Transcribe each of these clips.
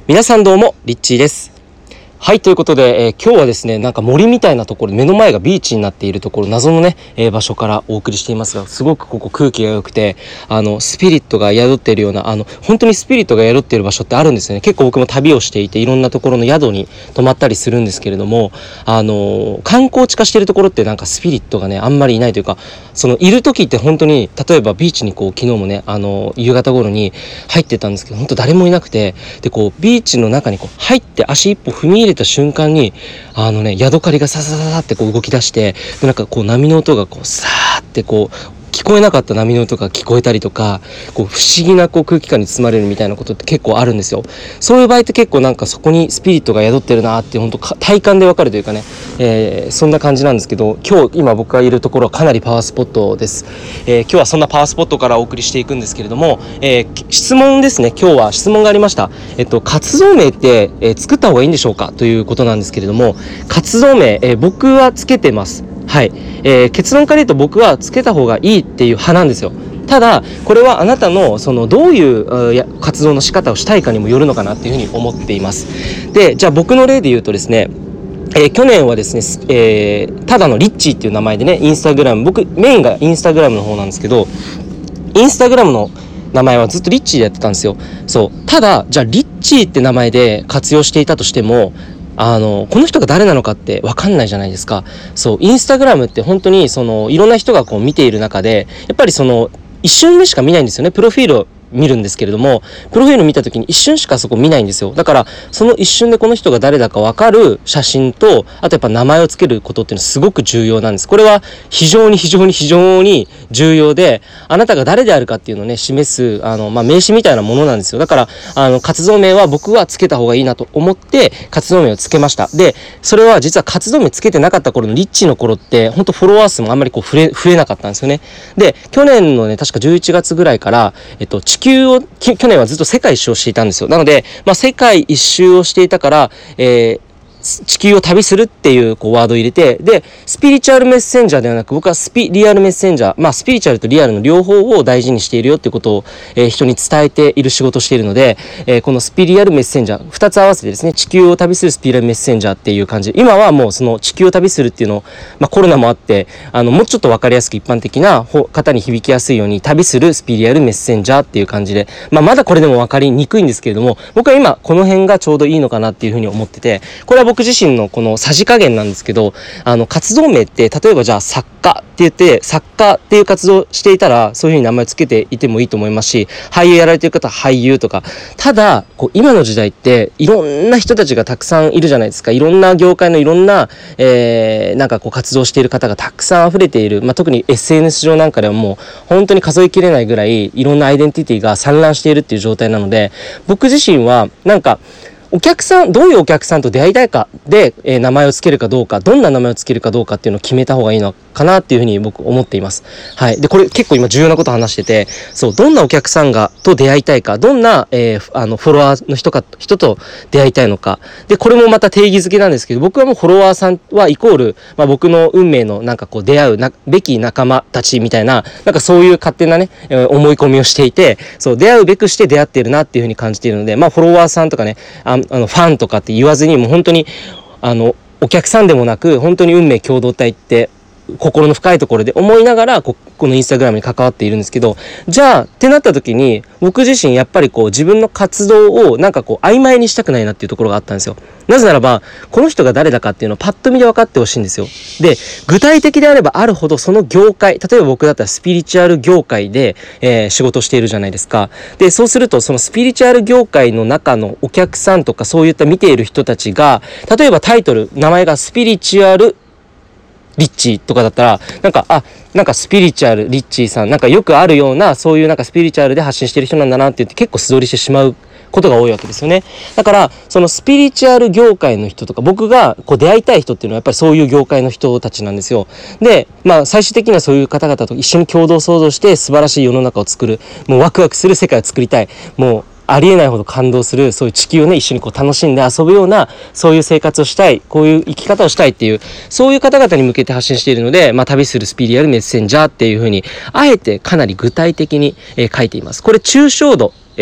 皆さんどうもリッチーです。はい、ということで、今日はですね、なんか森みたいなところ、目の前がビーチになっているところ、謎のね、場所からお送りしていますが、すごくここ空気が良くて、スピリットが宿っているような、本当にスピリットが宿っている場所ってあるんですよね。結構僕も旅をしていて、いろんなところの宿に泊まったりするんですけれども、観光地化しているところってなんかスピリットがね、あんまりいないというか、いる時って本当に、例えばビーチに昨日もね、夕方頃に入ってたんですけど、本当誰もいなくて、で、ビーチの中に入って足一歩踏み入れた瞬間にヤドカリがササササって動き出して、で波の音がサーって聞こえなかった波の音が聞こえたりとか、不思議な空気感に包まれるみたいなことって結構あるんですよ。そういう場合って結構そこにスピリットが宿ってるなって本当体感でわかるというかね、そんな感じなんですけど、今僕がいるところはかなりパワースポットです。今日はそんなパワースポットからお送りしていくんですけれども、質問ですね。今日は質問がありました。活動名って、作った方がいいんでしょうかということなんですけれども、活動名、僕はつけてます。はい、結論から言うと僕はつけた方がいいっていう派なんですよ。ただこれはあなたのどういう活動の仕方をしたいかにもよるのかなっていうふうに思っています。で、じゃあ僕の例で言うとですね、去年はですね、ただのリッチーっていう名前でね、インスタグラム、僕メインがインスタグラムの方なんですけど、インスタグラムの名前はずっとリッチーでやってたんですよ。そう。ただじゃあリッチーって名前で活用していたとしても、この人が誰なのかって分かんないじゃないですか。そう、インスタグラムって本当にいろんな人が見ている中で、やっぱり一瞬でしか見ないんですよね。プロフィールを見るんですけれども、プロフィール見た時に一瞬しかそこ見ないんですよ。だからその一瞬でこの人が誰だか分かる写真と、あとやっぱ名前をつけることっていうのはすごく重要なんです。これは非常に重要で、あなたが誰であるかっていうのをね示す名刺みたいなものなんですよ。だから活動名は僕はつけた方がいいなと思って活動名をつけました。で、それは実は活動名つけてなかった頃のリッチの頃って本当フォロワー数もあんまり増えなかったんですよね。で、去年のね確か11月ぐらいから地球を去年はずっと世界一周をしていたんですよ。なので、世界一周をしていたから、地球を旅するっていうワードを入れて、でスピリチュアルメッセンジャーではなく、僕はスピリアルメッセンジャー、スピリチュアルとリアルの両方を大事にしているよっていうことを、人に伝えている仕事をしているので、このスピリアルメッセンジャー2つ合わせてですね、地球を旅するスピリアルメッセンジャーっていう感じで、今はもうその地球を旅するっていうのを、コロナもあってもうちょっと分かりやすく一般的な方に響きやすいように、旅するスピリアルメッセンジャーっていう感じで、まだこれでも分かりにくいんですけれども、僕は今この辺がちょうどいいのかなっていうふうに思ってて、これは僕自身のこのさじ加減なんですけど、活動名って例えばじゃあ作家って言って、作家っていう活動していたらそういうふうに名前つけていてもいいと思いますし、俳優やられている方は俳優とか。ただ今の時代っていろんな人たちがたくさんいるじゃないですか。いろんな業界のいろんな、活動している方がたくさん溢れている、特に SNS 上なんかではもう本当に数えきれないぐらいいろんなアイデンティティが散乱しているっていう状態なので、僕自身はお客さん、どういうお客さんと出会いたいかで、名前をつけるかどうか、どんな名前をつけるかどうかっていうのを決めた方がいいのかなっていうふうに僕思っています。はい。で、これ結構今重要なことを話してて、そう、どんなお客さんと出会いたいか、どんな、フォロワーの人と出会いたいのか。で、これもまた定義づけなんですけど、僕はもうフォロワーさんはイコール、僕の運命の出会うべき仲間たちみたいな、そういう勝手なね、思い込みをしていて、そう、出会うべくして出会っているなっていうふうに感じているので、フォロワーさんとかね、ファンとかって言わずに、もう本当にお客さんでもなく、本当に運命共同体って心の深いところで思いながらこのインスタグラムに関わっているんですけど、じゃあってなった時に僕自身やっぱり自分の活動を曖昧にしたくないなっていうところがあったんですよ。なぜならばこの人が誰だかっていうのをパッと見で分かってほしいんですよ。で、具体的であればあるほどその業界、例えば僕だったらスピリチュアル業界で、仕事しているじゃないですか。で、そうするとそのスピリチュアル業界の中のお客さんとかそういった見ている人たちが、例えばタイトル、名前がスピリチュアルリッチーとかだったら、スピリチュアルリッチーさん、よくあるような、そういうスピリチュアルで発信してる人なんだなって言って結構素通りしてしまうことが多いわけですよね。だからそのスピリチュアル業界の人とか、僕が出会いたい人っていうのはやっぱりそういう業界の人たちなんですよ。で、最終的にはそういう方々と一緒に共同創造して素晴らしい世の中を作る、もうワクワクする世界を作りたい、もうありえないほど感動する、そういう地球をね一緒に楽しんで遊ぶような、そういう生活をしたい、こういう生き方をしたいっていう、そういう方々に向けて発信しているので、旅するスピリアルメッセンジャーっていう風にあえてかなり具体的に、書いています。これ抽象度、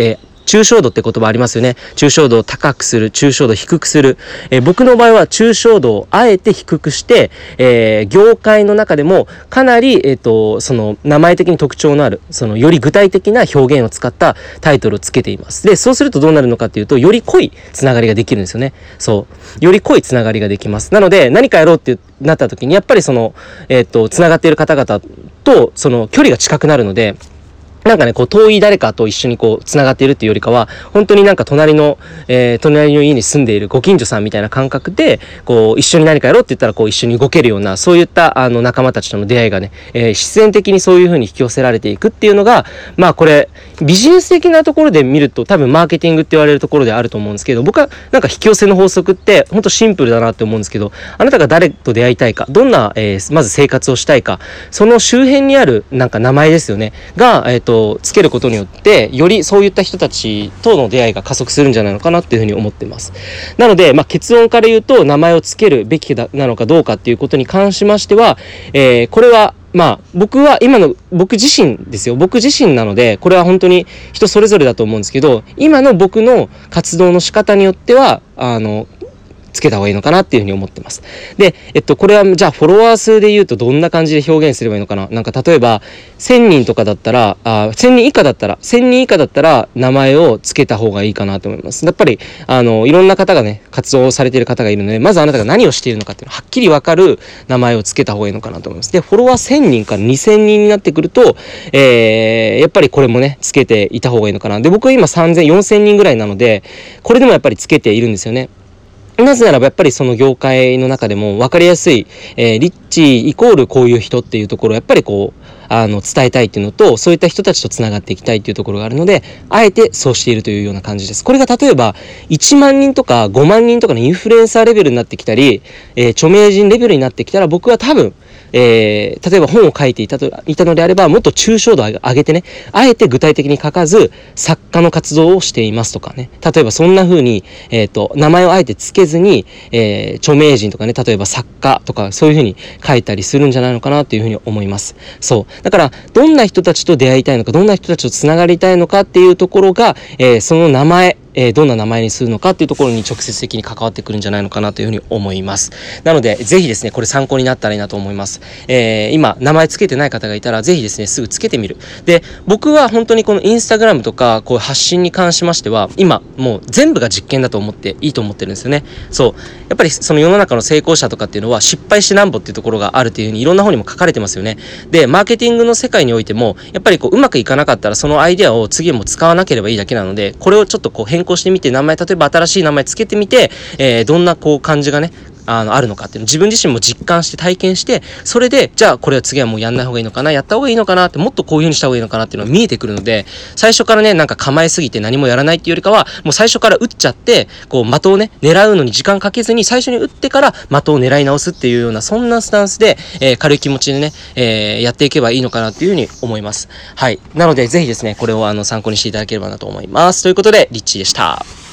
抽象度って言葉ありますよね。抽象度を高くする、抽象度を低くする。僕の場合は抽象度をあえて低くして、業界の中でもかなり、その名前的に特徴のある、そのより具体的な表現を使ったタイトルをつけています。で、そうするとどうなるのかっていうと、より濃いつながりができるんですよね。そう。より濃いつながりができます。なので、何かやろうってなった時に、やっぱりその、つながっている方々と、その距離が近くなるので、なんかね、こう、遠い誰かと一緒にこう、繋がっているっていうよりかは、本当になんか隣の家に住んでいるご近所さんみたいな感覚で、こう、一緒に何かやろうって言ったら、こう、一緒に動けるような、そういった、仲間たちとの出会いがね、必然的にそういう風に引き寄せられていくっていうのが、まあ、これ、ビジネス的なところで見ると、多分マーケティングって言われるところであると思うんですけど、僕はなんか引き寄せの法則って、本当シンプルだなって思うんですけど、あなたが誰と出会いたいか、どんな、まず生活をしたいか、その周辺にある、なんか名前ですよね、が、つけることによってよりそういった人たちとの出会いが加速するんじゃないのかなっていうふうに思ってます。なので、結論から言うと名前をつけるべきなのかどうかっていうことに関しましては、これは僕は今の僕自身ですよ。僕自身なので、これは本当に人それぞれだと思うんですけど、今の僕の活動の仕方によってはつけた方がいいのかなっていうふうに思ってます。で、これはじゃあフォロワー数で言うとどんな感じで表現すればいいのかな。なんか例えば1000人とかだったら、1000人以下だったら名前をつけた方がいいかなと思います。やっぱりいろんな方がね活動されている方がいるので、まずあなたが何をしているのかっていうのははっきり分かる名前をつけた方がいいのかなと思います。で、フォロワー1000人から2000人になってくると、やっぱりこれもねつけていた方がいいのかな。で、僕は今3000、4000人ぐらいなので、これでもやっぱりつけているんですよね。なぜならばやっぱりその業界の中でも分かりやすい、リッチイコールこういう人っていうところをやっぱりこう伝えたいっていうのと、そういった人たちとつながっていきたいっていうところがあるので、あえてそうしているというような感じです。これが例えば1万人とか5万人とかのインフルエンサーレベルになってきたり、著名人レベルになってきたら、僕は多分例えば本を書いていたのであれば、もっと抽象度を上げてね、あえて具体的に書かず作家の活動をしていますとかね、例えばそんな風に名前をあえてつけずに、著名人とかね、例えば作家とかそういう風に書いたりするんじゃないのかなという風に思います。そうだからどんな人たちと出会いたいのか、どんな人たちとつながりたいのかっていうところが、その名前どんな名前にするのかっていうところに直接的に関わってくるんじゃないのかなというふうに思います。なのでぜひですね、これ参考になったらいいなと思います。今名前つけてない方がいたらぜひですねすぐつけてみる。で、僕は本当にこのインスタグラムとかこう発信に関しましては、今もう全部が実験だと思っていいと思ってるんですよね。そうやっぱりその世の中の成功者とかっていうのは失敗してなんぼっていうところがあるっていうふうにいろんな方にも書かれてますよね。で、マーケティングの世界においてもやっぱりこううまくいかなかったらそのアイデアを次も使わなければいいだけなので、これをちょっとこう変更してみて、例えば新しい名前つけてみて、どんなこう感じがねあるのかっていうのを自分自身も実感して体験して、それでじゃあこれは次はもうやんない方がいいのかな、やった方がいいのかなって、もっとこういう風にした方がいいのかなっていうのが見えてくるので、最初からねなんか構えすぎて何もやらないっていうよりかは、もう最初から打っちゃってこう的をね狙うのに時間かけずに最初に打ってから的を狙い直すっていうような、そんなスタンスで、軽い気持ちでね、やっていけばいいのかなっていう風に思います。はい、なのでぜひですねこれを参考にしていただければなと思います。ということでリッチーでした。